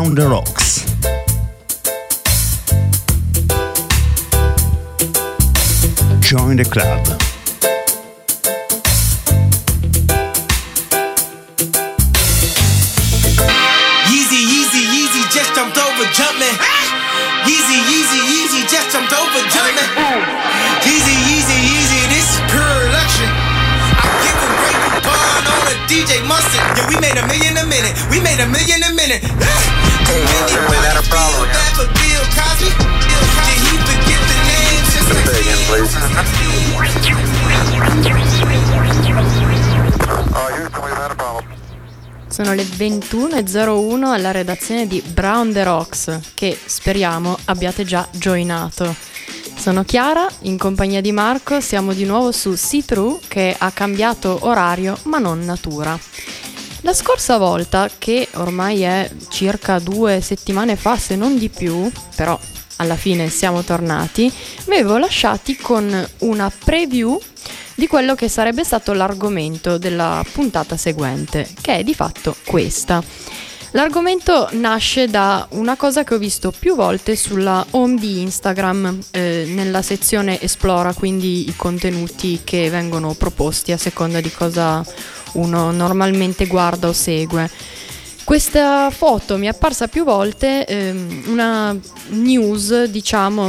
Brown the Rocks. Join the club. Yeezy just jumped over Jumpman. Yeezy just jumped over Jumpman. Yeezy, this is pure luxury. I give a great bond on a DJ Mustard. Yeah, we made $1 million a minute. We made $1 million a minute. Hey, we had a problem. Bad for Bill Cosby. Did he forget the name? Just Say that again, please. Houston, we've had a problem. Sono le 21:01 alla redazione di Brown the Rocks, che speriamo abbiate già joinato. Sono Chiara, in compagnia di Marco, siamo di nuovo su See Through, che ha cambiato orario ma non natura. La scorsa volta, che ormai è circa 2 settimane fa, se non di più, però alla fine siamo tornati, vi avevo lasciati con una preview di quello che sarebbe stato l'argomento della puntata seguente, che è di fatto questa. L'argomento nasce da una cosa che ho visto più volte sulla home di Instagram, nella sezione Esplora, quindi i contenuti che vengono proposti a seconda di cosa uno normalmente guarda o segue. Questa foto mi è apparsa più volte, una news, diciamo,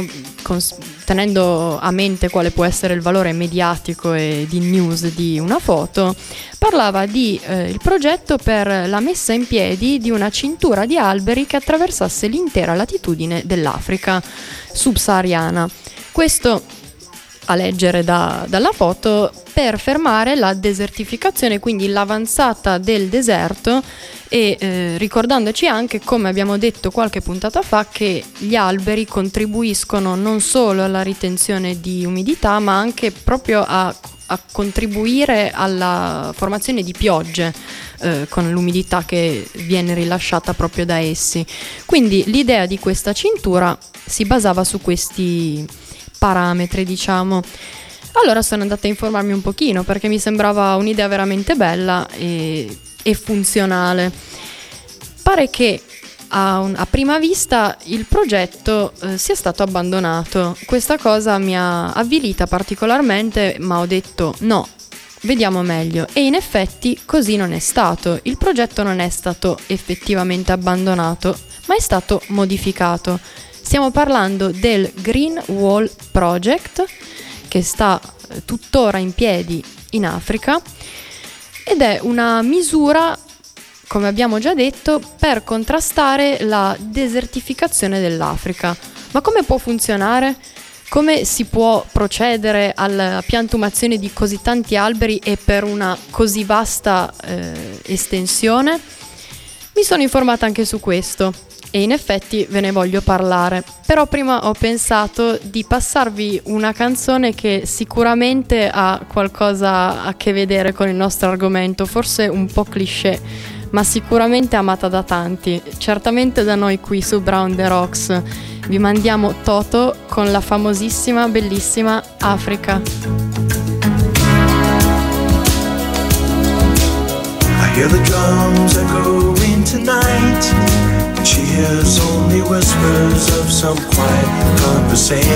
tenendo a mente quale può essere il valore mediatico e di news di una foto, parlava di il progetto per la messa in piedi di una cintura di alberi che attraversasse l'intera latitudine dell'Africa subsahariana. Questo, a leggere dalla foto, per fermare la desertificazione, quindi l'avanzata del deserto, e ricordandoci anche, come abbiamo detto qualche puntata fa, che gli alberi contribuiscono non solo alla ritenzione di umidità, ma anche proprio a contribuire alla formazione di piogge, con l'umidità che viene rilasciata proprio da essi. Quindi l'idea di questa cintura si basava su questi parametri, diciamo. Allora sono andata a informarmi un pochino, perché mi sembrava un'idea veramente bella e funzionale. Pare che a prima vista il progetto sia stato abbandonato. Questa cosa mi ha avvilita particolarmente, ma ho detto no, vediamo meglio. E in effetti così non è stato. Il progetto non è stato effettivamente abbandonato, ma è stato modificato. Stiamo parlando del Green Wall Project, che sta tuttora in piedi in Africa, ed è una misura, come abbiamo già detto, per contrastare la desertificazione dell'Africa. Ma come può funzionare? Come si può procedere alla piantumazione di così tanti alberi e per una così vasta estensione? Mi sono informata anche su questo e in effetti ve ne voglio parlare. Però prima ho pensato di passarvi una canzone che sicuramente ha qualcosa a che vedere con il nostro argomento, forse un po' cliché, ma sicuramente amata da tanti, certamente da noi qui su Brown the Rocks. Vi mandiamo Toto con la famosissima, bellissima Africa. I hear the drums echoing tonight. She hears only whispers of some quiet conversation.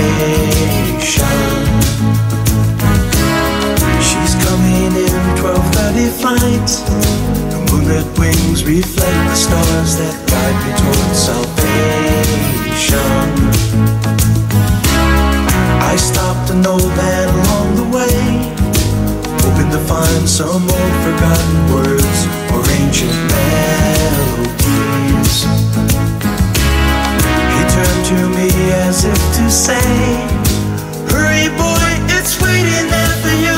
She's coming in 12:30 flight. The moonlit wings reflect the stars that guide me towards salvation. I stopped an old man along the way, hoping to find some old forgotten words or ancient melodies. He turned to me as if to say, hurry boy, it's waiting there for you.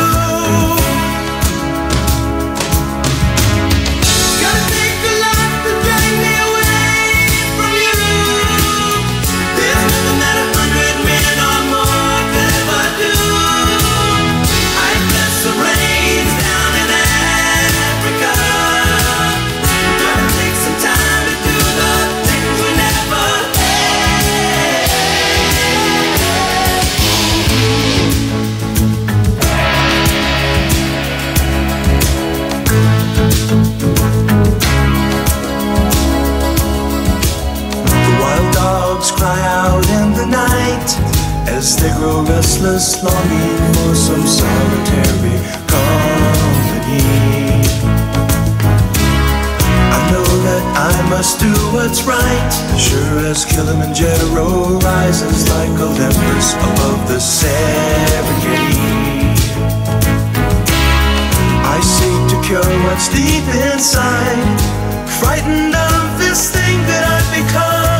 Gotta take a lot to drag me away from you. There's nothing that 100 men or more could ever do. I bless the rains down in Africa. Gotta take some time to do the things we never had. as they grow restless, longing for some solitary company. I know that I must do what's right, sure as Kilimanjaro rises like Olympus above the Serengeti. I seek to cure what's deep inside, frightened of this thing that I've become.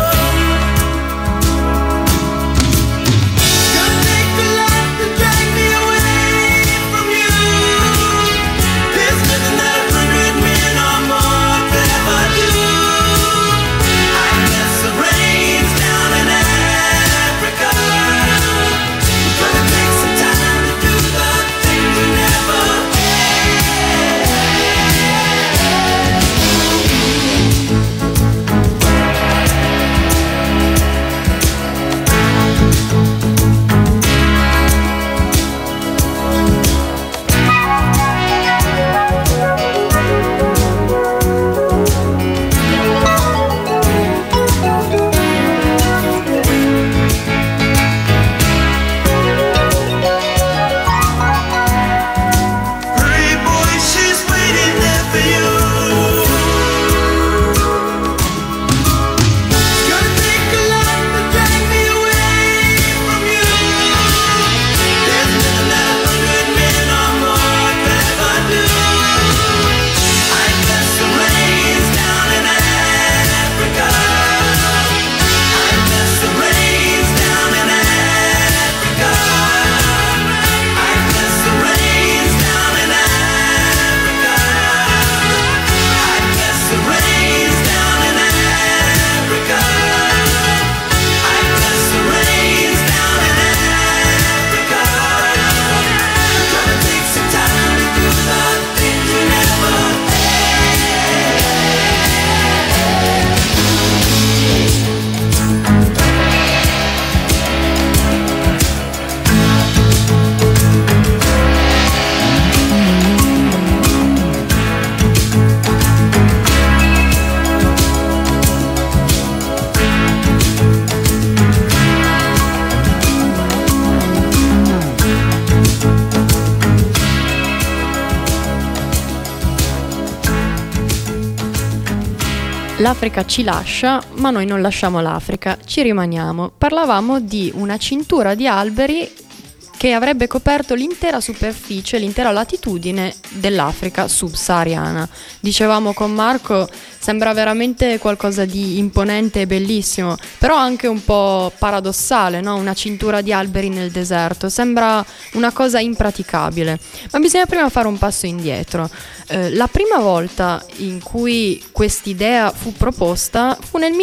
L'Africa ci lascia, ma noi non lasciamo l'Africa, ci rimaniamo. Parlavamo di una cintura di alberi che avrebbe coperto l'intera superficie, l'intera latitudine dell'Africa subsahariana. Dicevamo con Marco, sembra veramente qualcosa di imponente e bellissimo, però anche un po' paradossale, no? Una cintura di alberi nel deserto, sembra una cosa impraticabile. Ma bisogna prima fare un passo indietro. La prima volta in cui quest'idea fu proposta fu nel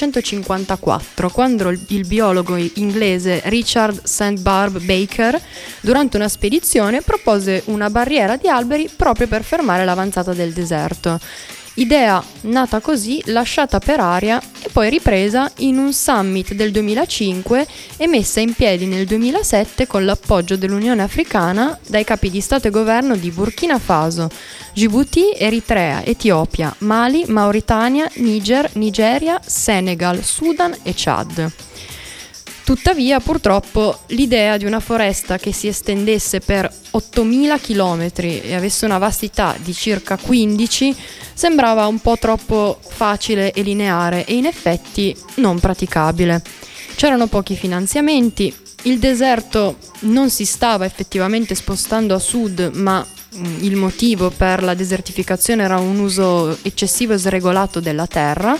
1954, quando il biologo inglese Richard St. Barbe Baker, durante una spedizione, propose una barriera di alberi proprio per fermare l'avanzata del deserto. Idea nata così, lasciata per aria e poi ripresa in un summit del 2005 e messa in piedi nel 2007 con l'appoggio dell'Unione Africana dai capi di Stato e Governo di Burkina Faso, Djibouti, Eritrea, Etiopia, Mali, Mauritania, Niger, Nigeria, Senegal, Sudan e Chad. Tuttavia, purtroppo, l'idea di una foresta che si estendesse per 8.000 km e avesse una vastità di circa 15 sembrava un po' troppo facile e lineare e in effetti non praticabile. C'erano pochi finanziamenti, il deserto non si stava effettivamente spostando a sud, ma il motivo per la desertificazione era un uso eccessivo e sregolato della terra.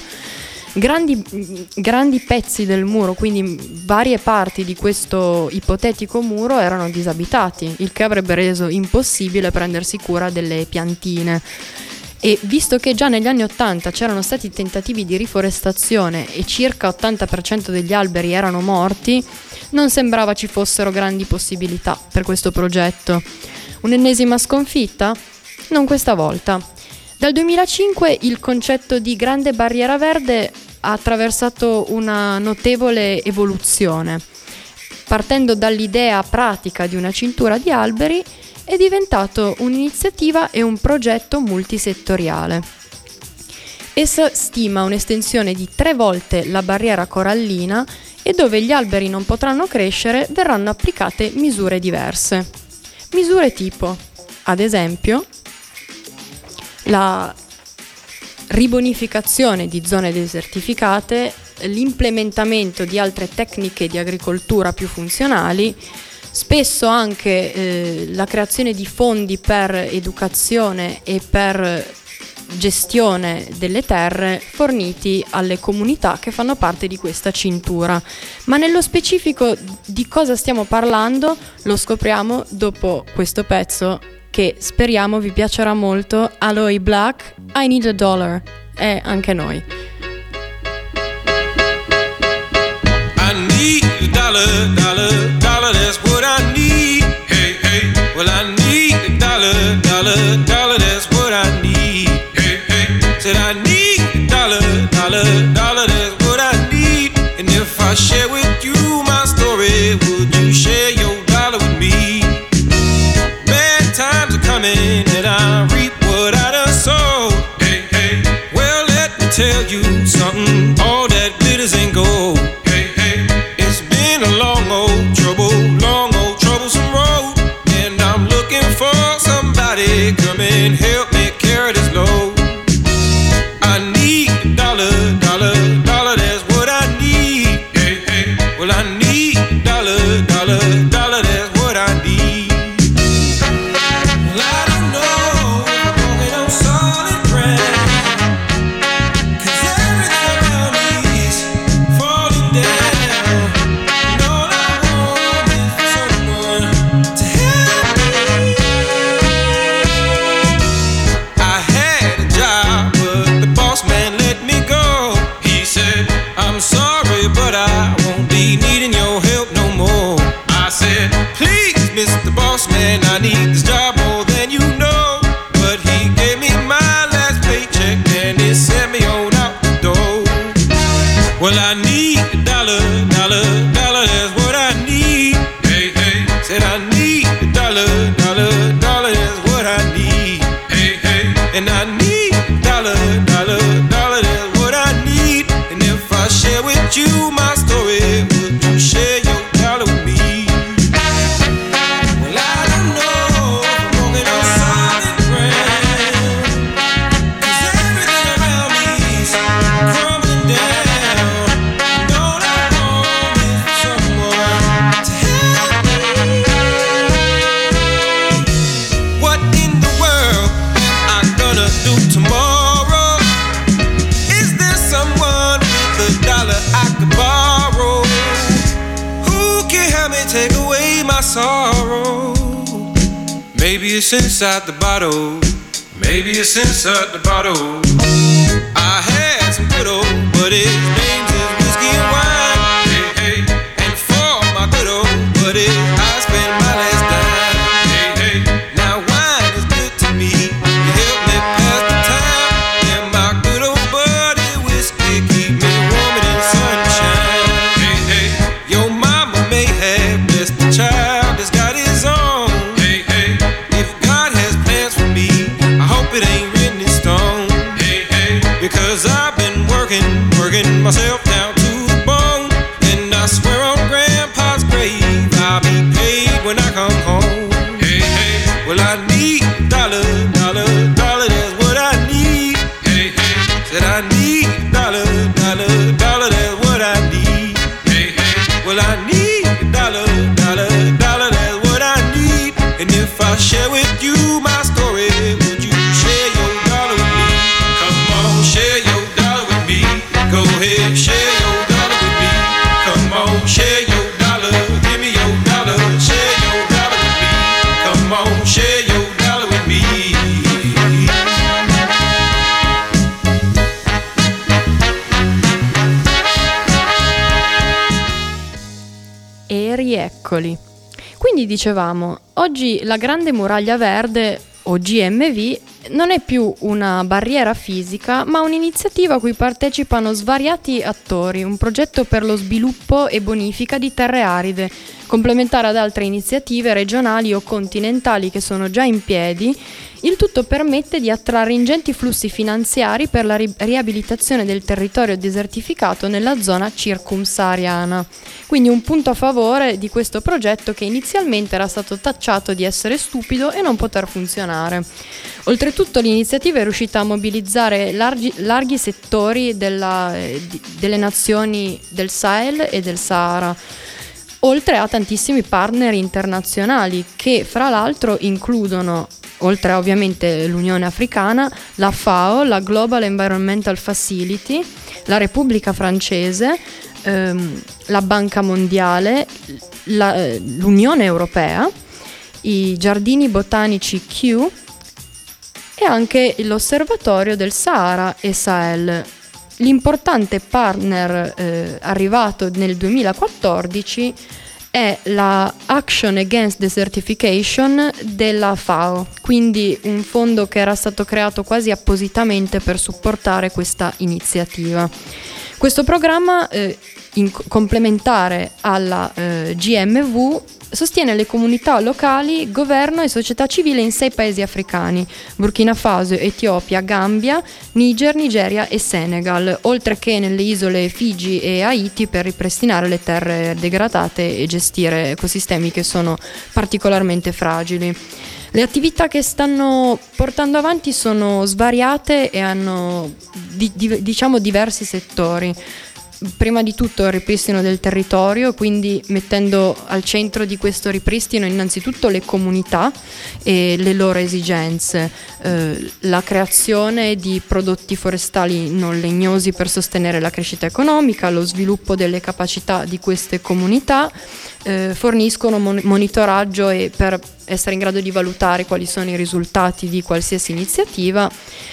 Grandi pezzi del muro, quindi varie parti di questo ipotetico muro erano disabitati, il che avrebbe reso impossibile prendersi cura delle piantine. E visto che già negli anni 80 c'erano stati tentativi di riforestazione e circa 80% degli alberi erano morti, non sembrava ci fossero grandi possibilità per questo progetto. Un'ennesima sconfitta? Non questa volta. Dal 2005 il concetto di grande barriera verde ha attraversato una notevole evoluzione. Partendo dall'idea pratica di una cintura di alberi, è diventato un'iniziativa e un progetto multisettoriale. Essa stima un'estensione di 3 volte la barriera corallina e dove gli alberi non potranno crescere verranno applicate misure diverse. Misure tipo, ad esempio, la ribonificazione di zone desertificate, l'implementamento di altre tecniche di agricoltura più funzionali, spesso anche la creazione di fondi per educazione e per gestione delle terre forniti alle comunità che fanno parte di questa cintura. Ma nello specifico di cosa stiamo parlando lo scopriamo dopo questo pezzo che speriamo vi piacerà molto. Aloe Black, I Need a Dollar, e anche noi. I need a dollar, dollar, dollar, that's what I need. Hey, hey, well I need a dollar, dollar, dollar, that's what I need. Hey, hey, said I need a dollar, dollar, dollar, that's what I need. And if I share with you my story, would you share your dollar with me? Bad times are coming and I reap what I done sowed. Hey, hey, well let me tell you something, all that glitters ain't gold. A long old troublesome road, and I'm looking for somebody come and help me carry this load. I need a dollar, dollar, dollar, that's what I need. Hey, hey, well I need a dollar, dollar, dollar, that's what I need. Well I don't know if I'm walking on solid ground, 'cause everything around me is falling down. I'm sorry, but I won't be needing your help no more. I said, please, Mr. Boss Man, I need this job more than you know. But he gave me my last paycheck and he sent me on out the door. Well, I need a dollar, dollar, dollar, that's what I need. Hey, hey, said I need a dollar, dollar, dollar, that's what I need. Hey, hey, and I need a dollar, dollar, dollar, that's what I need. And if I share with you my story, would you share your dollar with me? Well, I don't know if I'm walking on solid ground, 'cause everything around me is crumbling down. And all I want is someone to help me. What in the world am I gonna do tomorrow? Is there someone with a dollar I could borrow? Who can help me take away my sorrow? Maybe it's inside the bottle. Maybe it's inside the bottle. I had some good old buddies, names is whiskey and wine. Hey, hey, and for my good old buddies, I spent my last dime. Hey, hey, now wine is good to me. You help me pass the time. And my good old buddy whiskey keep me warm in the sunshine. Hey, hey, your mama may have blessed the child that's got his own. Hey, hey, if God has plans for me, I hope it ain't written in stone. Hey, hey, because I've been working myself down to the bone. And I swear on Grandpa's grave, I'll be paid when I come home. Hey, hey, well I need a dollar, dollar, dollar, that's what I need. Hey, hey, said I need a dollar, dollar, dollar, that's what I need. Hey, hey, well I need a dollar, dollar, dollar, that's what I need. And if I share with you my story, would you share your dollar with me? Come on, share your dollar with me. Go ahead, share your dollar with me. Come on, share your dollar. Give me your dollar. Share your dollar with me. Come on, share your dollar with me. E rieccoli. Quindi dicevamo, oggi la Grande Muraglia Verde, o GMV, non è più una barriera fisica, ma un'iniziativa a cui partecipano svariati attori, un progetto per lo sviluppo e bonifica di terre aride, complementare ad altre iniziative regionali o continentali che sono già in piedi. Il tutto permette di attrarre ingenti flussi finanziari per la riabilitazione del territorio desertificato nella zona circumsahariana. Quindi un punto a favore di questo progetto che inizialmente era stato tacciato di essere stupido e non poter funzionare. Oltretutto l'iniziativa è riuscita a mobilizzare larghi settori delle nazioni del Sahel e del Sahara, oltre a tantissimi partner internazionali che fra l'altro includono, oltre a ovviamente l'Unione Africana, la FAO, la Global Environmental Facility, la Repubblica Francese, la Banca Mondiale, l'Unione Europea, i Giardini Botanici Kew e anche l'Osservatorio del Sahara e Sahel. L'importante partner arrivato nel 2014 è la Action Against Desertification della FAO, quindi un fondo che era stato creato quasi appositamente per supportare questa iniziativa. Questo programma, complementare alla GMV, sostiene le comunità locali, governo e società civile in 6 paesi africani: Burkina Faso, Etiopia, Gambia, Niger, Nigeria e Senegal, oltre che nelle isole Figi e Haiti per ripristinare le terre degradate e gestire ecosistemi che sono particolarmente fragili. Le attività che stanno portando avanti sono svariate e hanno diciamo diversi settori. Prima di tutto il ripristino del territorio, quindi mettendo al centro di questo ripristino innanzitutto le comunità e le loro esigenze, la creazione di prodotti forestali non legnosi per sostenere la crescita economica, lo sviluppo delle capacità di queste comunità, forniscono monitoraggio e per essere in grado di valutare quali sono i risultati di qualsiasi iniziativa,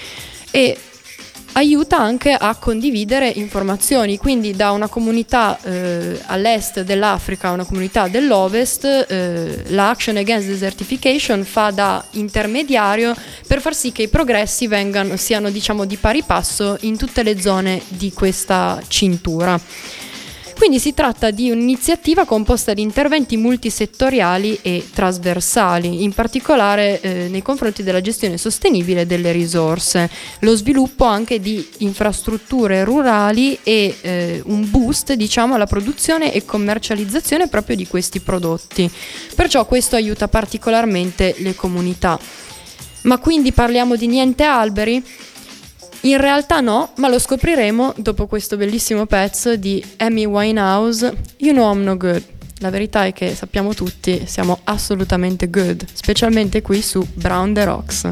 e aiuta anche a condividere informazioni, quindi da una comunità all'est dell'Africa a una comunità dell'ovest, la Action Against Desertification fa da intermediario per far sì che i progressi siano diciamo di pari passo in tutte le zone di questa cintura. Quindi si tratta di un'iniziativa composta di interventi multisettoriali e trasversali, in particolare nei confronti della gestione sostenibile delle risorse, lo sviluppo anche di infrastrutture rurali e un boost, diciamo, alla produzione e commercializzazione proprio di questi prodotti. Perciò questo aiuta particolarmente le comunità. Ma quindi parliamo di niente alberi? In realtà no, ma lo scopriremo dopo questo bellissimo pezzo di Amy Winehouse, You Know I'm No Good. La verità è che sappiamo tutti, siamo assolutamente good, specialmente qui su Brown the Rocks.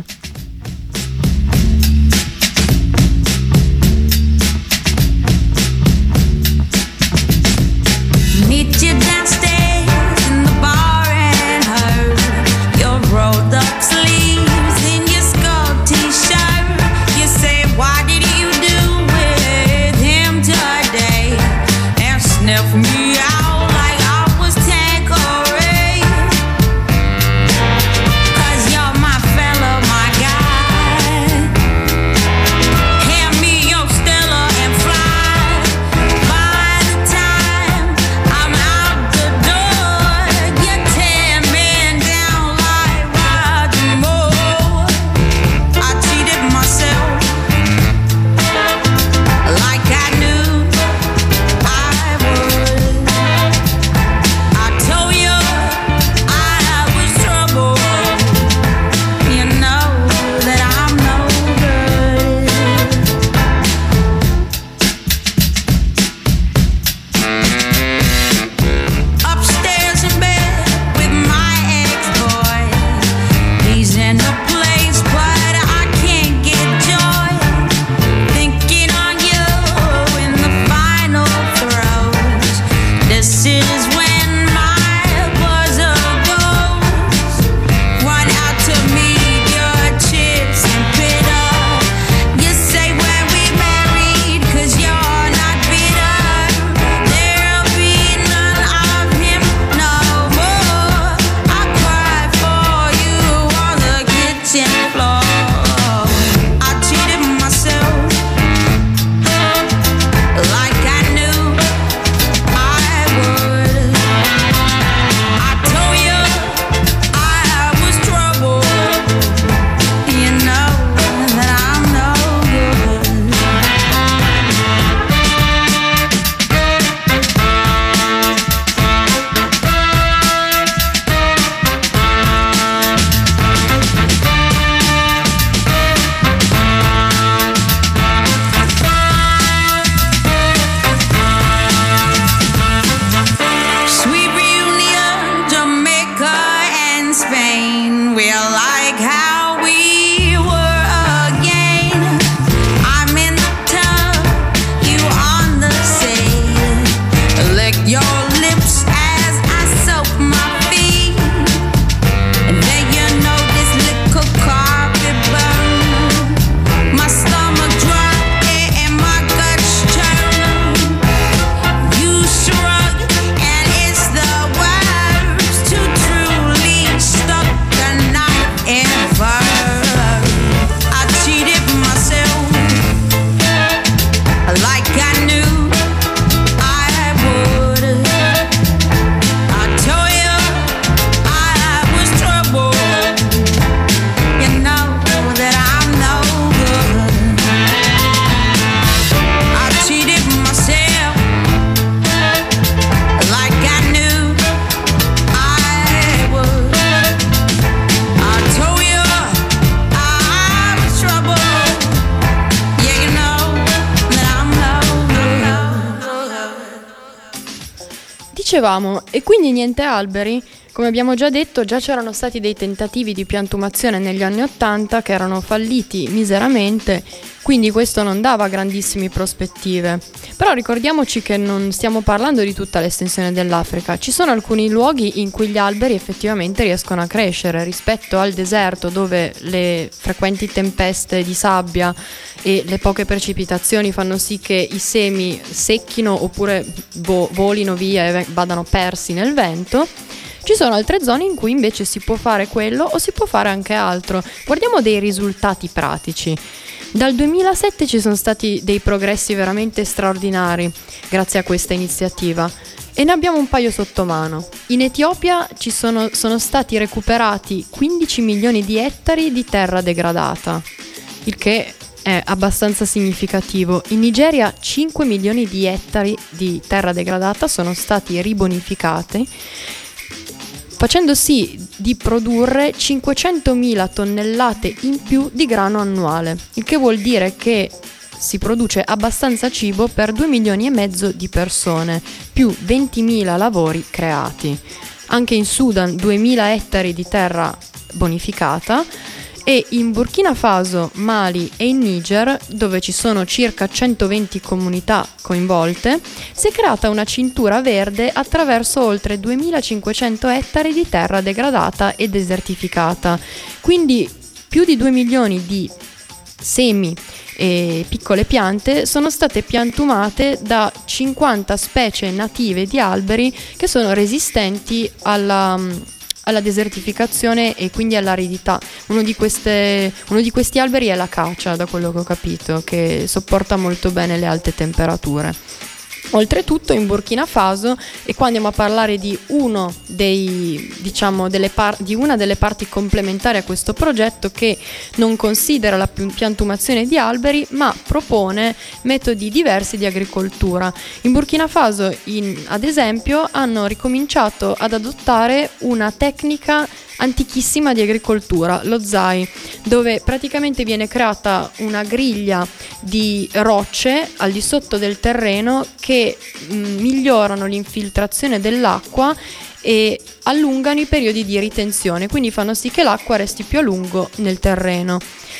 Meet you downstairs in the bar and her, your rolled up sleeves in your skull t-shirt. You say, why did you do with him today? And sniff me out like I was Tanqueray. 'Cause you're my fella, my guy. Dicevamo, e quindi niente alberi? Come abbiamo già detto, già c'erano stati dei tentativi di piantumazione negli anni '80 che erano falliti miseramente, quindi questo non dava grandissime prospettive. Però ricordiamoci che non stiamo parlando di tutta l'estensione dell'Africa, ci sono alcuni luoghi in cui gli alberi effettivamente riescono a crescere rispetto al deserto, dove le frequenti tempeste di sabbia e le poche precipitazioni fanno sì che i semi secchino oppure volino via e vadano persi nel vento. Ci sono altre zone in cui invece si può fare quello o si può fare anche altro. Guardiamo dei risultati pratici. Dal 2007 ci sono stati dei progressi veramente straordinari grazie a questa iniziativa e ne abbiamo un paio sotto mano. In Etiopia sono stati recuperati 15 milioni di ettari di terra degradata, il che è abbastanza significativo. In Nigeria 5 milioni di ettari di terra degradata sono stati ribonificati, facendo sì di produrre 500.000 tonnellate in più di grano annuale, il che vuol dire che si produce abbastanza cibo per 2 milioni e mezzo di persone, più 20.000 lavori creati. Anche in Sudan 2.000 ettari di terra bonificata, e in Burkina Faso, Mali e in Niger, dove ci sono circa 120 comunità coinvolte, si è creata una cintura verde attraverso oltre 2.500 ettari di terra degradata e desertificata. Quindi più di 2 milioni di semi e piccole piante sono state piantumate da 50 specie native di alberi che sono resistenti alla desertificazione e quindi all'aridità. Uno di questi alberi è l'acacia, da quello che ho capito, che sopporta molto bene le alte temperature. Oltretutto in Burkina Faso, e qua andiamo a parlare di una delle parti complementari a questo progetto, che non considera la piantumazione di alberi ma propone metodi diversi di agricoltura. In Burkina Faso, ad esempio, hanno ricominciato ad adottare una tecnica antichissima di agricoltura, lo zai, dove praticamente viene creata una griglia di rocce al di sotto del terreno che migliorano l'infiltrazione dell'acqua e allungano i periodi di ritenzione, quindi fanno sì che l'acqua resti più a lungo nel terreno.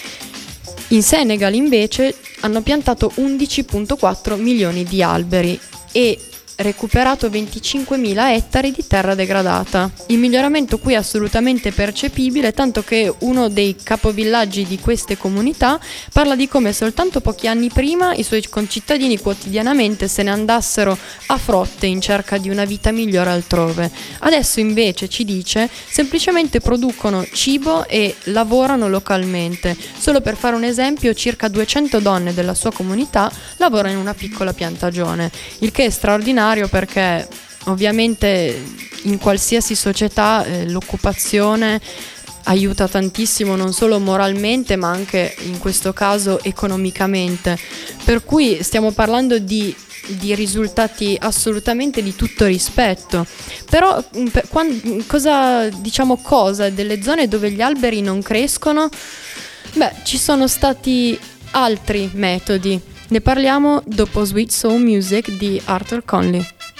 In Senegal invece hanno piantato 11,4 milioni di alberi e recuperato 25.000 ettari di terra degradata. Il miglioramento qui è assolutamente percepibile, tanto che uno dei capovillaggi di queste comunità parla di come soltanto pochi anni prima i suoi concittadini quotidianamente se ne andassero a frotte in cerca di una vita migliore altrove. Adesso invece, ci dice, semplicemente producono cibo e lavorano localmente. Solo per fare un esempio, circa 200 donne della sua comunità lavorano in una piccola piantagione, il che è straordinario perché ovviamente in qualsiasi società l'occupazione aiuta tantissimo, non solo moralmente ma anche in questo caso economicamente, per cui stiamo parlando di risultati assolutamente di tutto rispetto. Però cosa delle zone dove gli alberi non crescono? Ci sono stati altri metodi. Ne parliamo dopo Sweet Soul Music di Arthur Conley.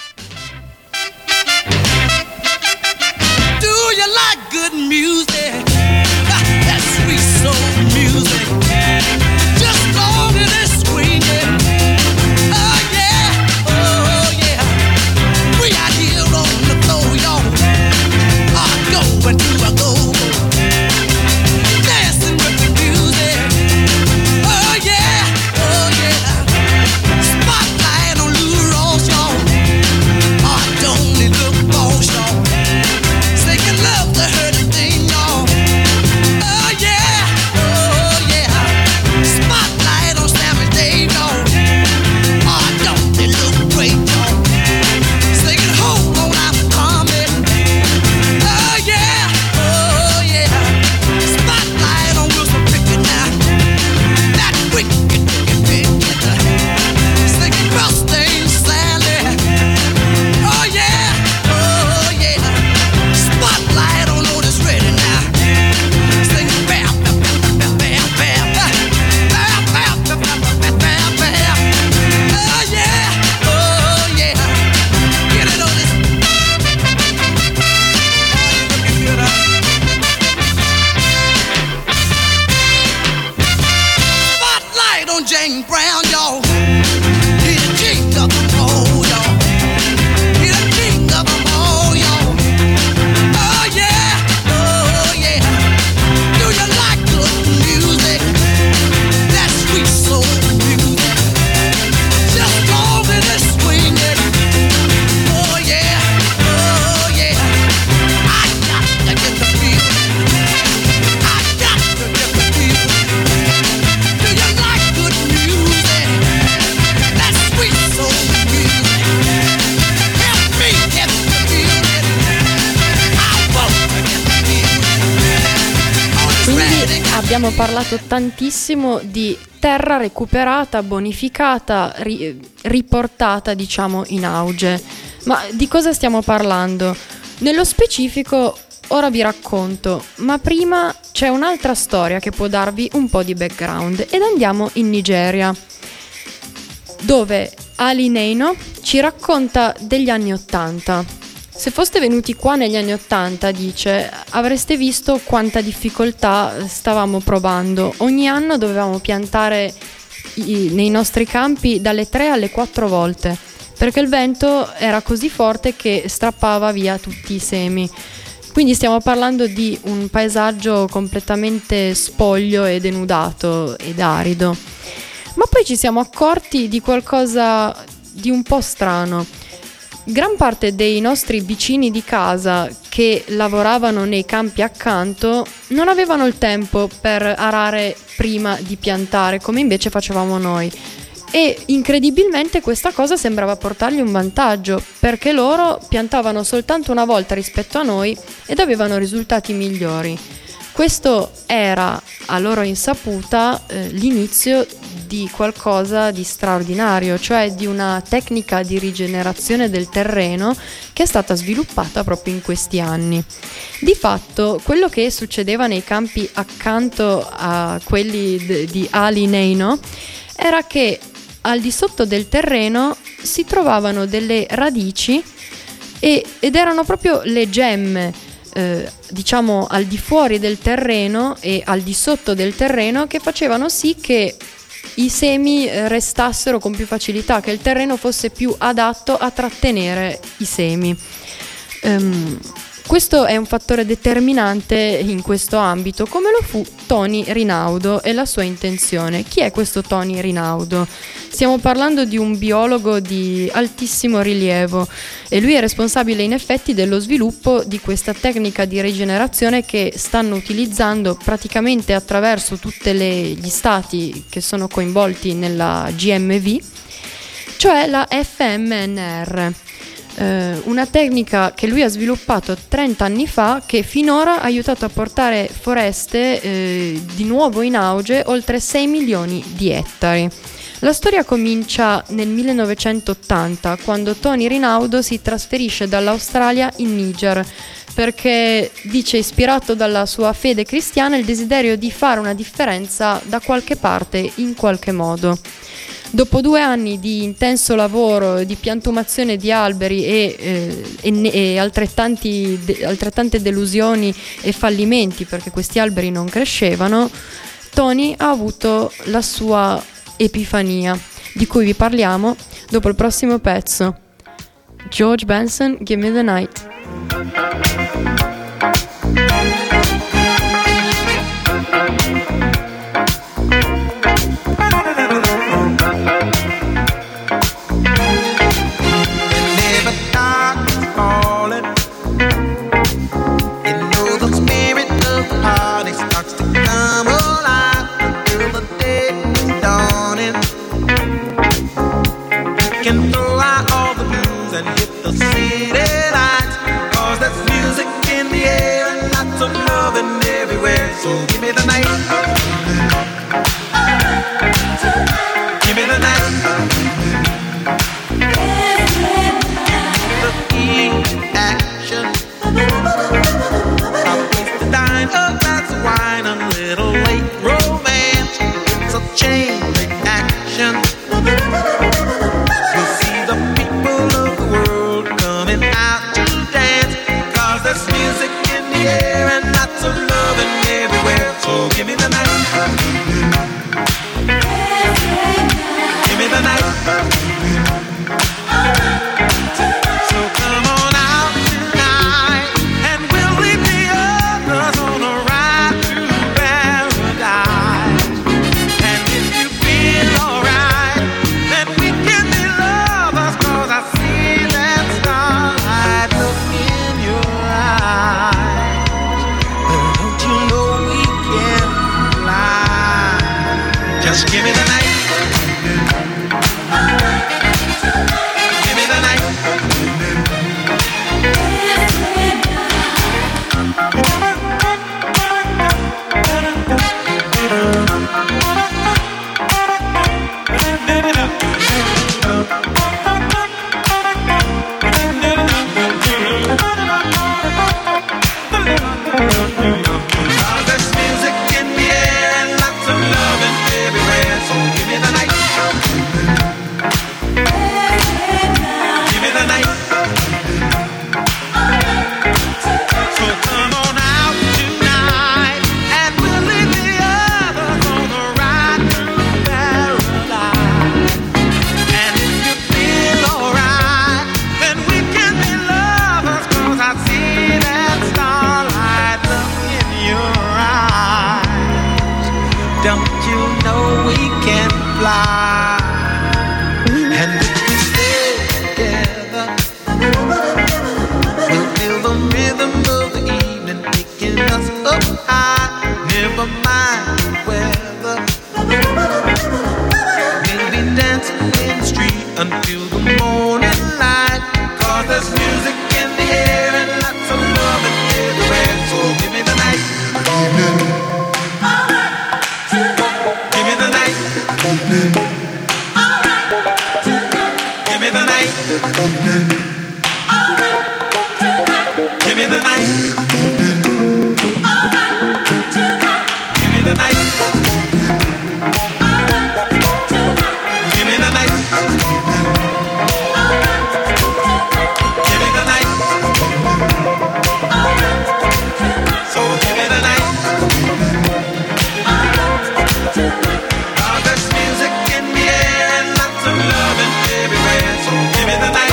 Do you like good music? That sweet soul music. Just long and it's swinging. Oh yeah, oh yeah. We out here on the floor, y'all. Going to a go. Dancing with the music. Oh yeah, oh yeah. Spotlight on Lou Ross, y'all. abbiamo parlato tantissimo di terra recuperata, bonificata, riportata, diciamo, in auge. Ma di cosa stiamo parlando? Nello specifico ora vi racconto, ma prima c'è un'altra storia che può darvi un po' di background ed andiamo in Nigeria, dove Ali Neino ci racconta degli anni '80. Se foste venuti qua negli anni '80, dice, avreste visto quanta difficoltà stavamo provando. Ogni anno dovevamo piantare nei nostri campi dalle 3 alle 4 volte, perché il vento era così forte che strappava via tutti i semi. Quindi stiamo parlando di un paesaggio completamente spoglio e denudato ed arido. Ma poi ci siamo accorti di qualcosa di un po' strano. Gran parte dei nostri vicini di casa che lavoravano nei campi accanto non avevano il tempo per arare prima di piantare, come invece facevamo noi. E incredibilmente questa cosa sembrava portargli un vantaggio, perché loro piantavano soltanto una volta rispetto a noi ed avevano risultati migliori. Questo era, a loro insaputa, l'inizio di qualcosa di straordinario, cioè di una tecnica di rigenerazione del terreno che è stata sviluppata proprio in questi anni. Di fatto, quello che succedeva nei campi accanto a quelli di Ali Neino era che al di sotto del terreno si trovavano delle radici ed erano proprio le gemme, diciamo al di fuori del terreno e al di sotto del terreno, che facevano sì che i semi restassero con più facilità, che il terreno fosse più adatto a trattenere i semi. Questo è un fattore determinante in questo ambito, come lo fu Tony Rinaudo e la sua intenzione. Chi è questo Tony Rinaudo? Stiamo parlando di un biologo di altissimo rilievo e lui è responsabile in effetti dello sviluppo di questa tecnica di rigenerazione che stanno utilizzando praticamente attraverso tutti gli stati che sono coinvolti nella GMV, cioè la FMNR. Una tecnica che lui ha sviluppato 30 anni fa, che finora ha aiutato a portare foreste di nuovo in auge, oltre 6 milioni di ettari. La storia comincia nel 1980, quando Tony Rinaudo si trasferisce dall'Australia in Niger, perché dice, ispirato dalla sua fede cristiana, il desiderio di fare una differenza da qualche parte, in qualche modo. Dopo 2 anni di intenso lavoro, di piantumazione di alberi e altrettante delusioni e fallimenti, perché questi alberi non crescevano, Tony ha avuto la sua epifania, di cui vi parliamo dopo il prossimo pezzo. George Benson, Give Me the Night. Can throw out all the blues and hit the city lights, 'cause that's music. Give me the night. Give me the night. Give me the night. Give me the night. So give me the night. There's music in the air and lots of loving everywhere. So give me the night.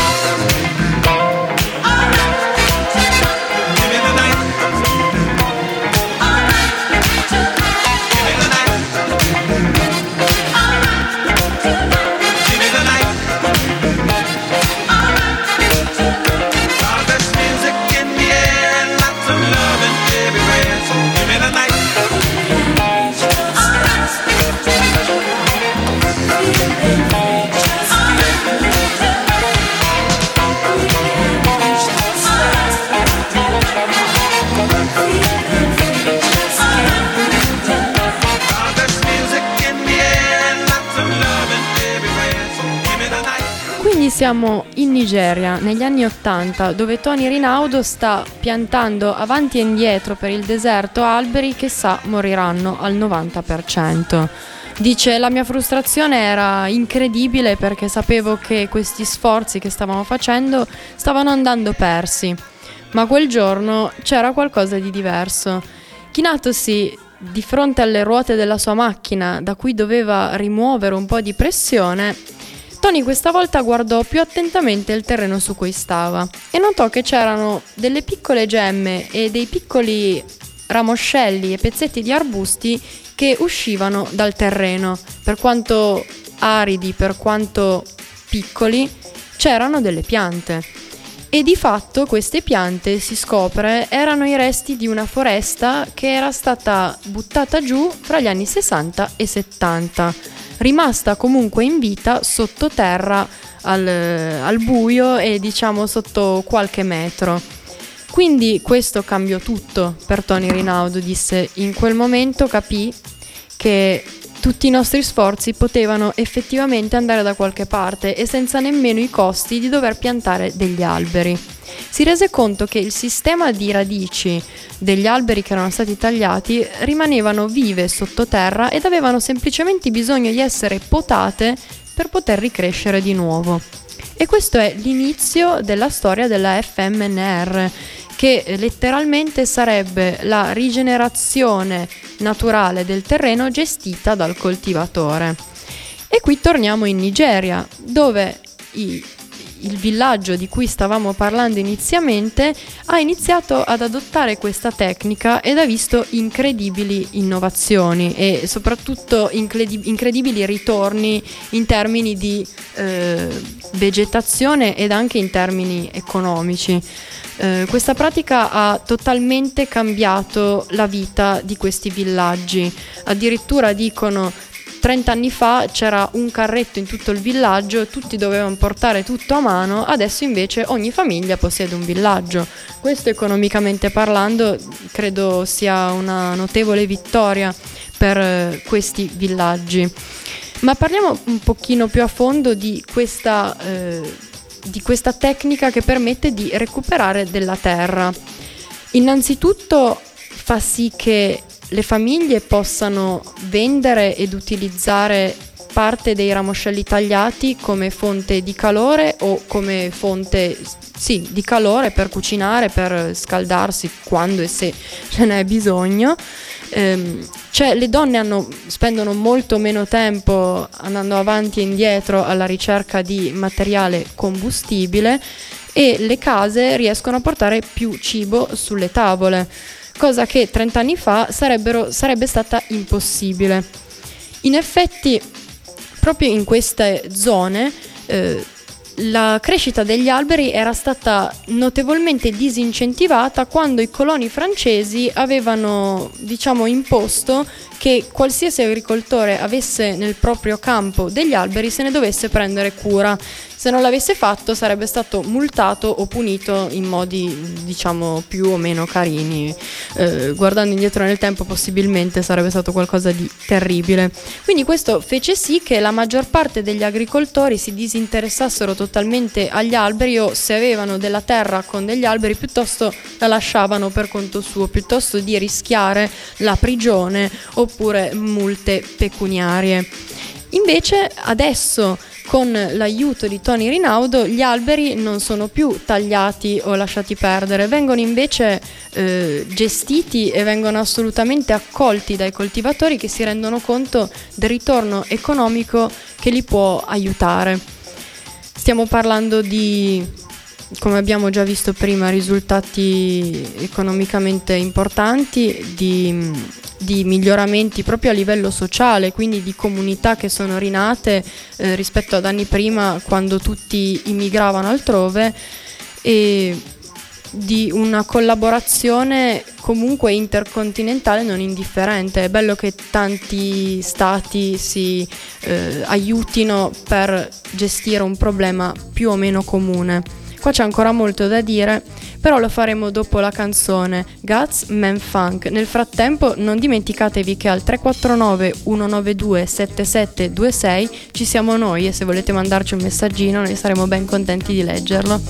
Siamo in Nigeria negli anni '80, dove Tony Rinaudo sta piantando avanti e indietro per il deserto alberi che sa moriranno al 90%. Dice: la mia frustrazione era incredibile perché sapevo che questi sforzi che stavamo facendo stavano andando persi, ma quel giorno c'era qualcosa di diverso. Chinatosi di fronte alle ruote della sua macchina, da cui doveva rimuovere un po' di pressione, Tony questa volta guardò più attentamente il terreno su cui stava e notò che c'erano delle piccole gemme e dei piccoli ramoscelli e pezzetti di arbusti che uscivano dal terreno. Per quanto aridi, per quanto piccoli, c'erano delle piante. E di fatto queste piante, si scopre, erano i resti di una foresta che era stata buttata giù fra gli anni 60 e 70. Rimasta comunque in vita sottoterra al buio e diciamo sotto qualche metro. Quindi questo cambiò tutto per Tony Rinaudo, disse. In quel momento capì che tutti i nostri sforzi potevano effettivamente andare da qualche parte e senza nemmeno i costi di dover piantare degli alberi. Si rese conto che il sistema di radici degli alberi che erano stati tagliati rimanevano vive sottoterra ed avevano semplicemente bisogno di essere potate per poter ricrescere di nuovo. E questo è l'inizio della storia della FMNR, che letteralmente sarebbe la rigenerazione naturale del terreno gestita dal coltivatore. E qui torniamo in Nigeria, dove il villaggio di cui stavamo parlando inizialmente ha iniziato ad adottare questa tecnica ed ha visto incredibili innovazioni e soprattutto incredibili ritorni in termini di vegetazione ed anche in termini economici. Questa pratica ha totalmente cambiato la vita di questi villaggi. Addirittura dicono 30 anni fa c'era un carretto in tutto il villaggio, tutti dovevano portare tutto a mano, adesso invece ogni famiglia possiede un villaggio. Questo, economicamente parlando, credo sia una notevole vittoria per questi villaggi. Ma parliamo un pochino più a fondo di questa tecnica che permette di recuperare della terra. Innanzitutto fa sì che le famiglie possano vendere ed utilizzare parte dei ramoscelli tagliati come fonte di calore o come fonte di calore per cucinare, per scaldarsi quando e se ce n'è bisogno. Le donne spendono molto meno tempo andando avanti e indietro alla ricerca di materiale combustibile e le case riescono a portare più cibo sulle tavole, cosa che 30 anni fa sarebbe stata impossibile. In effetti, proprio in queste zone la crescita degli alberi era stata notevolmente disincentivata quando i coloni francesi avevano, imposto che qualsiasi agricoltore avesse nel proprio campo degli alberi se ne dovesse prendere cura, Se non l'avesse fatto sarebbe stato multato o punito in modi, diciamo, più o meno carini. Guardando indietro nel tempo possibilmente sarebbe stato qualcosa di terribile. Quindi questo fece sì che la maggior parte degli agricoltori si disinteressassero totalmente agli alberi, o se avevano della terra con degli alberi piuttosto la lasciavano per conto suo, piuttosto di rischiare la prigione oppure multe pecuniarie. Invece adesso, con l'aiuto di Tony Rinaudo, gli alberi non sono più tagliati o lasciati perdere, vengono invece gestiti e vengono assolutamente accolti dai coltivatori, che si rendono conto del ritorno economico che li può aiutare. Stiamo parlando di, come abbiamo già visto prima, risultati economicamente importanti, di miglioramenti proprio a livello sociale, quindi di comunità che sono rinate rispetto ad anni prima, quando tutti immigravano altrove, e di una collaborazione comunque intercontinentale non indifferente. È bello che tanti stati si aiutino per gestire un problema più o meno comune. Qua c'è ancora molto da dire, però lo faremo dopo la canzone Guts Man Funk. Nel frattempo non dimenticatevi che al 349 192 7726 ci siamo noi, e se volete mandarci un messaggino noi saremo ben contenti di leggerlo.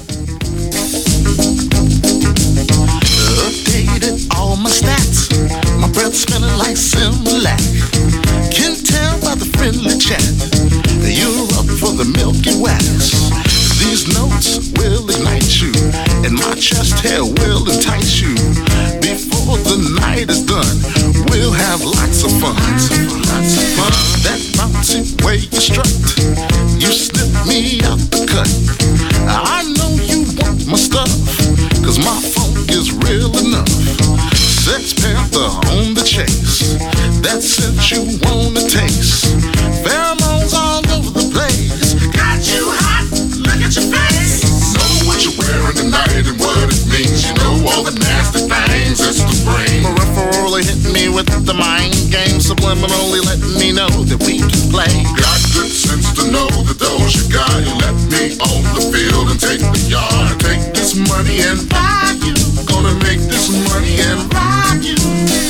Updated all my stats, my breath smelling like Similac. Can tell by the friendly chat that you're up for the milky wax. These notes will ignite you, and my chest hair will entice you. Before the night is done, we'll have lots of fun. Lots of fun. That bouncy way you strut, you slip me out the cut. I know you want my stuff, cause my funk is real enough. Sex Panther on the chase, that scent you wanna taste. Pheromones all over the place, got you hot, look at your face. Know what you're wearing tonight and what it means. You know all the nasty things it's the brain. My referral hit me with the mind game, subliminally letting me know that we can play. Got good sense to know that those you got. You let me on the field and take the yard. Take this money and buy you. Gonna make this money and rob you.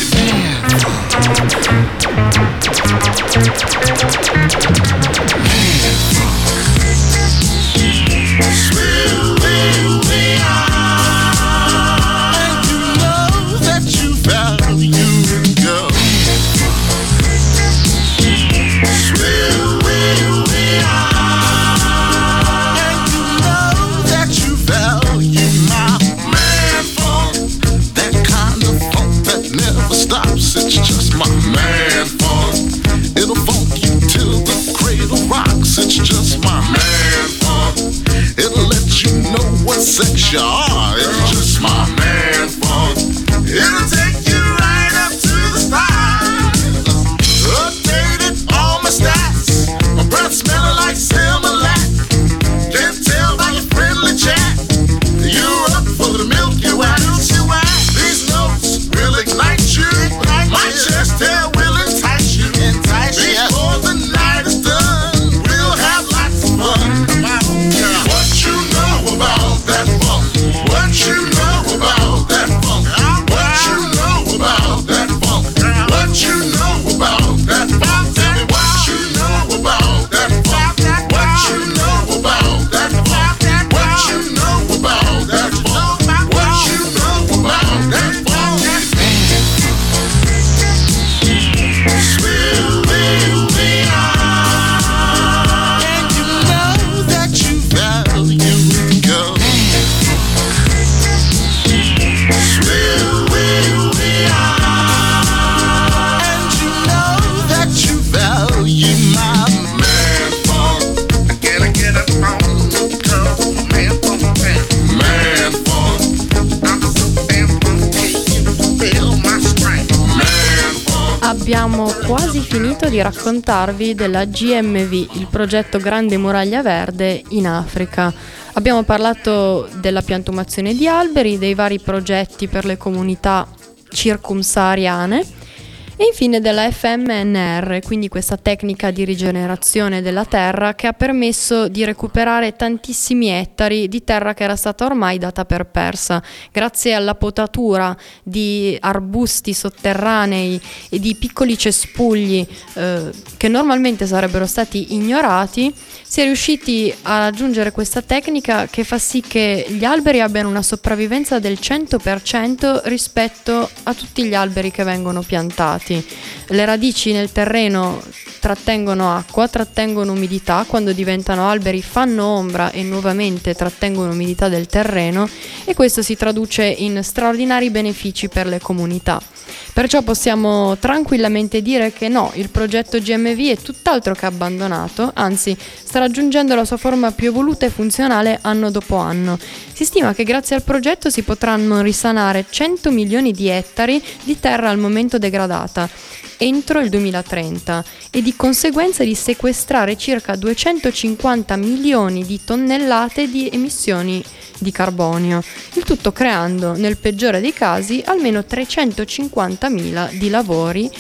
It's just my man funk. It'll funk you till the cradle rocks. It's just my man funk. It'll let you know what sex you are. It's just my man funk. It'll take you right up to the stars. Updated all my stats. My breath smelling like Similac. Can't tell by your friendly chat. You're up for the milky wax. These notes will ignite you. My chest hair will entice you. Before the night is done, we'll have lots of fun. What you know about that funk? What you know about that funk? What you know about that funk? What you know about that funk? Tell me what you know about that funk. What you know about that funk? What you know about that funk? What you know about that funk? Abbiamo quasi finito di raccontarvi della GMV, il progetto Grande Muraglia Verde in Africa. Abbiamo parlato della piantumazione di alberi, dei vari progetti per le comunità circumsahariane, E infine della FMNR, quindi questa tecnica di rigenerazione della terra che ha permesso di recuperare tantissimi ettari di terra che era stata ormai data per persa, grazie alla potatura di arbusti sotterranei e di piccoli cespugli che normalmente sarebbero stati ignorati. Si è riusciti a raggiungere questa tecnica che fa sì che gli alberi abbiano una sopravvivenza del 100% rispetto a tutti gli alberi che vengono piantati. Le radici nel terreno trattengono acqua, trattengono umidità, quando diventano alberi fanno ombra e nuovamente trattengono umidità del terreno, e questo si traduce in straordinari benefici per le comunità. Perciò possiamo tranquillamente dire che no, il progetto GMV è tutt'altro che abbandonato, anzi sta raggiungendo la sua forma più evoluta e funzionale anno dopo anno. Si stima che grazie al progetto si potranno risanare 100 milioni di ettari di terra al momento degradata entro il 2030 e di conseguenza di sequestrare circa 250 milioni di tonnellate di emissioni di carbonio, il tutto creando nel peggiore dei casi almeno 350.000 lavori,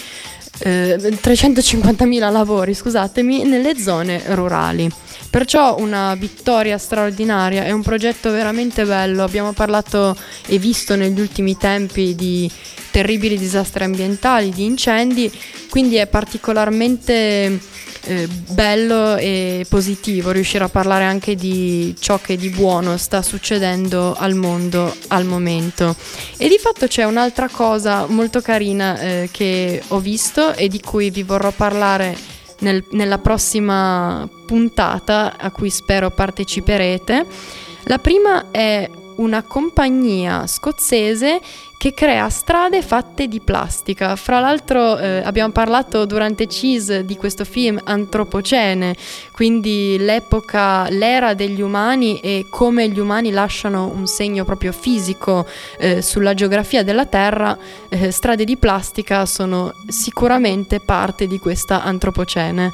nelle zone rurali. Perciò una vittoria straordinaria, è un progetto veramente bello. Abbiamo parlato e visto negli ultimi tempi di terribili disastri ambientali, di incendi, quindi è particolarmente bello e positivo riuscire a parlare anche di ciò che di buono sta succedendo al mondo al momento. E di fatto c'è un'altra cosa molto carina che ho visto e di cui vi vorrò parlare nella prossima puntata, a cui spero parteciperete. La prima è una compagnia scozzese che crea strade fatte di plastica. Fra l'altro abbiamo parlato durante Cheese di questo film Antropocene, quindi l'era degli umani e come gli umani lasciano un segno proprio fisico sulla geografia della Terra. Strade di plastica sono sicuramente parte di questa Antropocene.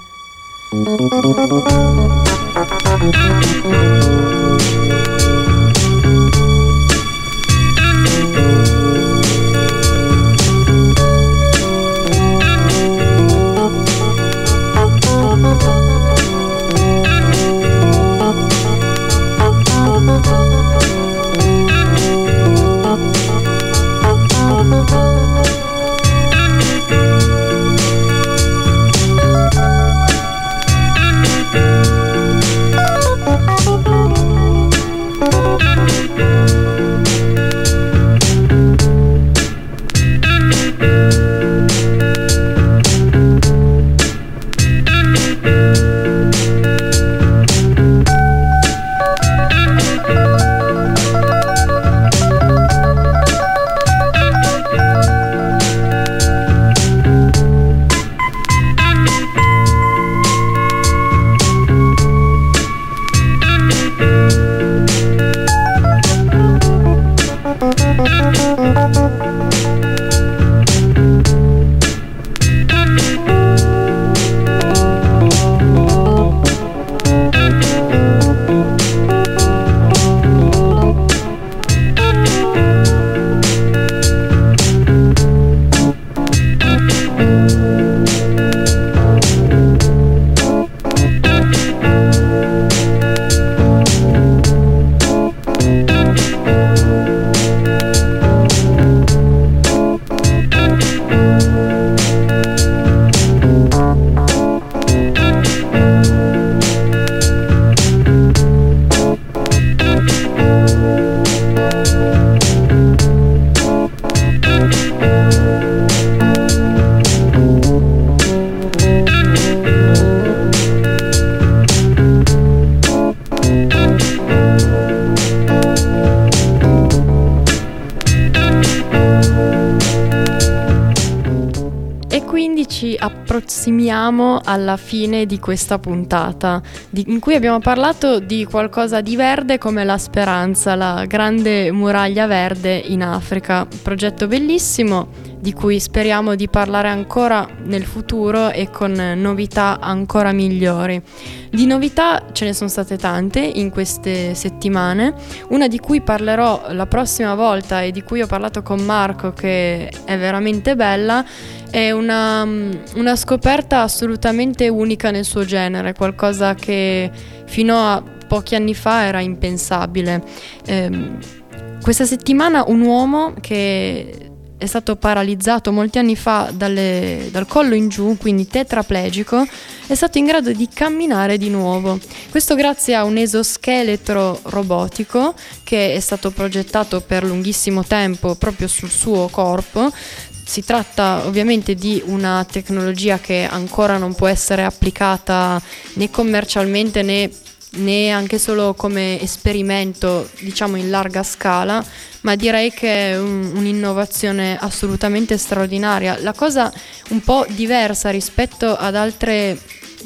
approssimiamo alla fine di questa puntata in cui abbiamo parlato di qualcosa di verde come la Speranza, la grande muraglia verde in Africa, progetto bellissimo di cui speriamo di parlare ancora nel futuro e con novità ancora migliori. Di novità ce ne sono state tante in queste settimane, una di cui parlerò la prossima volta e di cui ho parlato con Marco, che è veramente bella, è una scoperta assolutamente unica nel suo genere, qualcosa che fino a pochi anni fa era impensabile. Questa settimana un uomo che è stato paralizzato molti anni fa dal collo in giù, quindi tetraplegico, è stato in grado di camminare di nuovo. Questo grazie a un esoscheletro robotico che è stato progettato per lunghissimo tempo proprio sul suo corpo. Si tratta ovviamente di una tecnologia che ancora non può essere applicata né commercialmente né anche solo come esperimento, diciamo in larga scala, ma direi che è un'innovazione assolutamente straordinaria. La cosa un po' diversa rispetto ad altre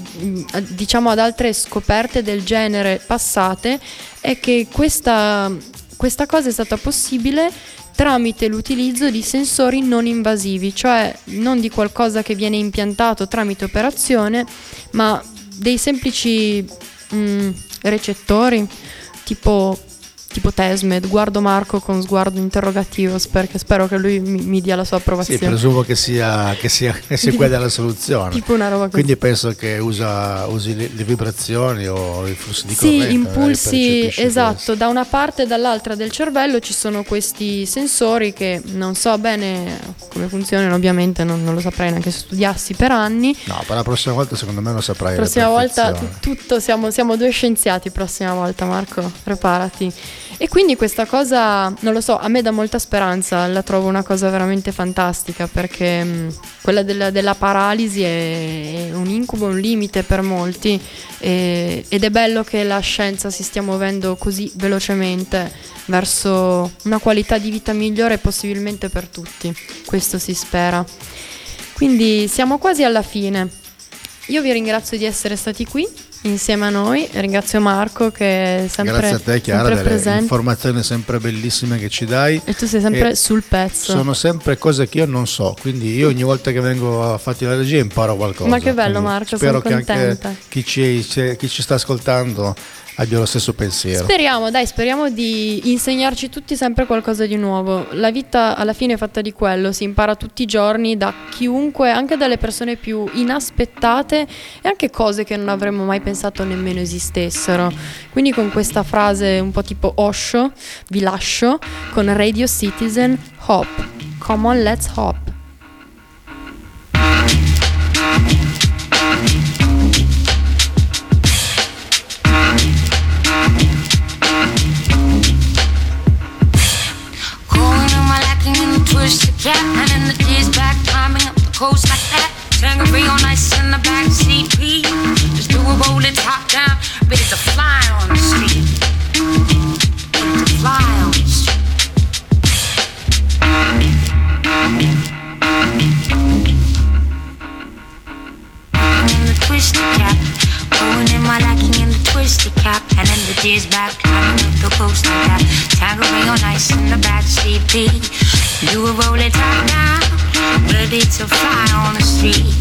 scoperte del genere passate è che questa cosa è stata possibile tramite l'utilizzo di sensori non invasivi, cioè non di qualcosa che viene impiantato tramite operazione, ma dei semplici recettori tipo Tesmed. Guardo Marco con sguardo interrogativo perché spero che lui mi dia la sua approvazione. Sì, presumo che sia quella la soluzione. Tipo una roba così. Quindi penso che usi le vibrazioni o i flussi di corrente. Sì, impulsi, esatto, da una parte e dall'altra del cervello ci sono questi sensori che non so bene come funzionano, ovviamente non lo saprei neanche se studiassi per anni. No, per la prossima volta secondo me lo saprai. La prossima volta tutto, siamo due scienziati prossima volta, Marco, preparati. E quindi questa cosa, non lo so, a me dà molta speranza, la trovo una cosa veramente fantastica, perché quella della paralisi è un incubo, un limite per molti, ed è bello che la scienza si stia muovendo così velocemente verso una qualità di vita migliore possibilmente per tutti, questo si spera. Quindi siamo quasi alla fine. Io vi ringrazio di essere stati qui insieme a noi, ringrazio Marco che è sempre, grazie a te Chiara delle presente, informazioni sempre bellissime che ci dai, e tu sei sempre sul pezzo. Sono sempre cose che io non so, quindi io ogni volta che vengo a fatti la regia imparo qualcosa. Ma che bello, quindi Marco, spero sono che contenta. anche chi ci sta ascoltando abbia lo stesso pensiero. Speriamo di insegnarci tutti sempre qualcosa di nuovo. La vita alla fine è fatta di quello, si impara tutti i giorni da chiunque, anche dalle persone più inaspettate e anche cose che non avremmo mai pensato nemmeno esistessero. Quindi con questa frase un po' tipo Osho vi lascio con Radio Citizen Hop. Come on, let's hop. Twist the cap and in the tears back, climbing up the coast like that. Tangerine on ice in the back seat. Just do a roll it top down, ready to fly on the street. Ready to fly on the street. In the twisted cap, going in my lacking in the twisted cap, and in the tears back, climbing up the coast like that. Tangerine on ice in the back seat. You will roll it top down, ready to fly on the street.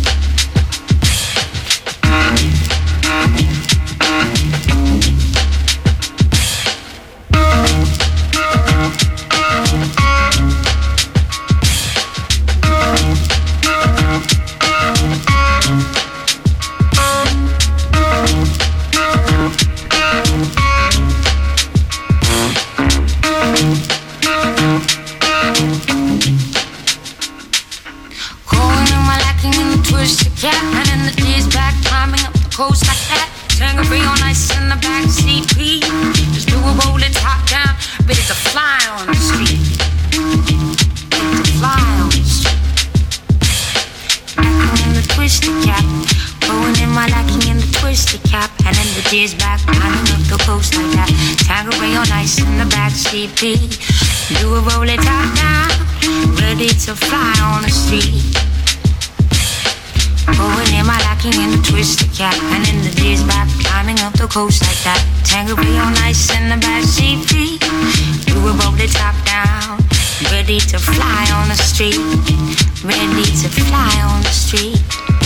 Coast like that, Tangerine on ice in the backseat. Just do a roll it top down, ready to fly on the street. Ready to fly on the street. Lacking in the twisted cap, going in my lacking in the twisted cap, and then the tears back, climbing up the coast like that. Tangerine on ice in the backseat. Do a roll it top down, ready to fly on the street. Going in my locking in the twisted cap. And in the days back, climbing up the coast like that. Tangerine on ice in the backseat feet. We were both the top down. Ready to fly on the street. Ready to fly on the street.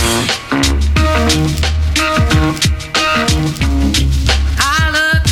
I look.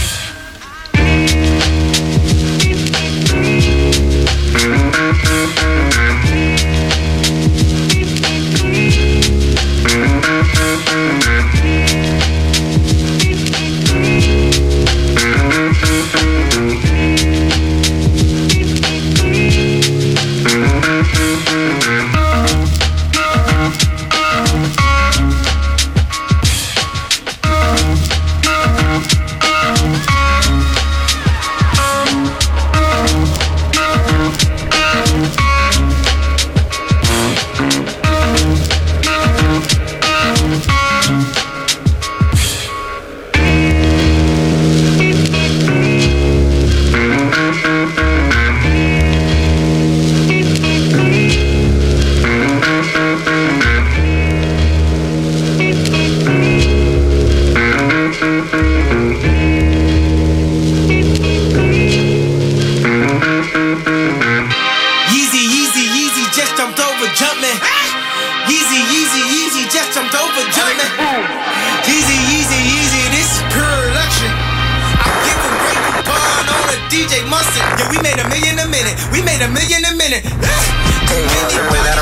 DJ Mustard, yeah, we made $1 million a minute. We made $1 million a minute. Hey, you play that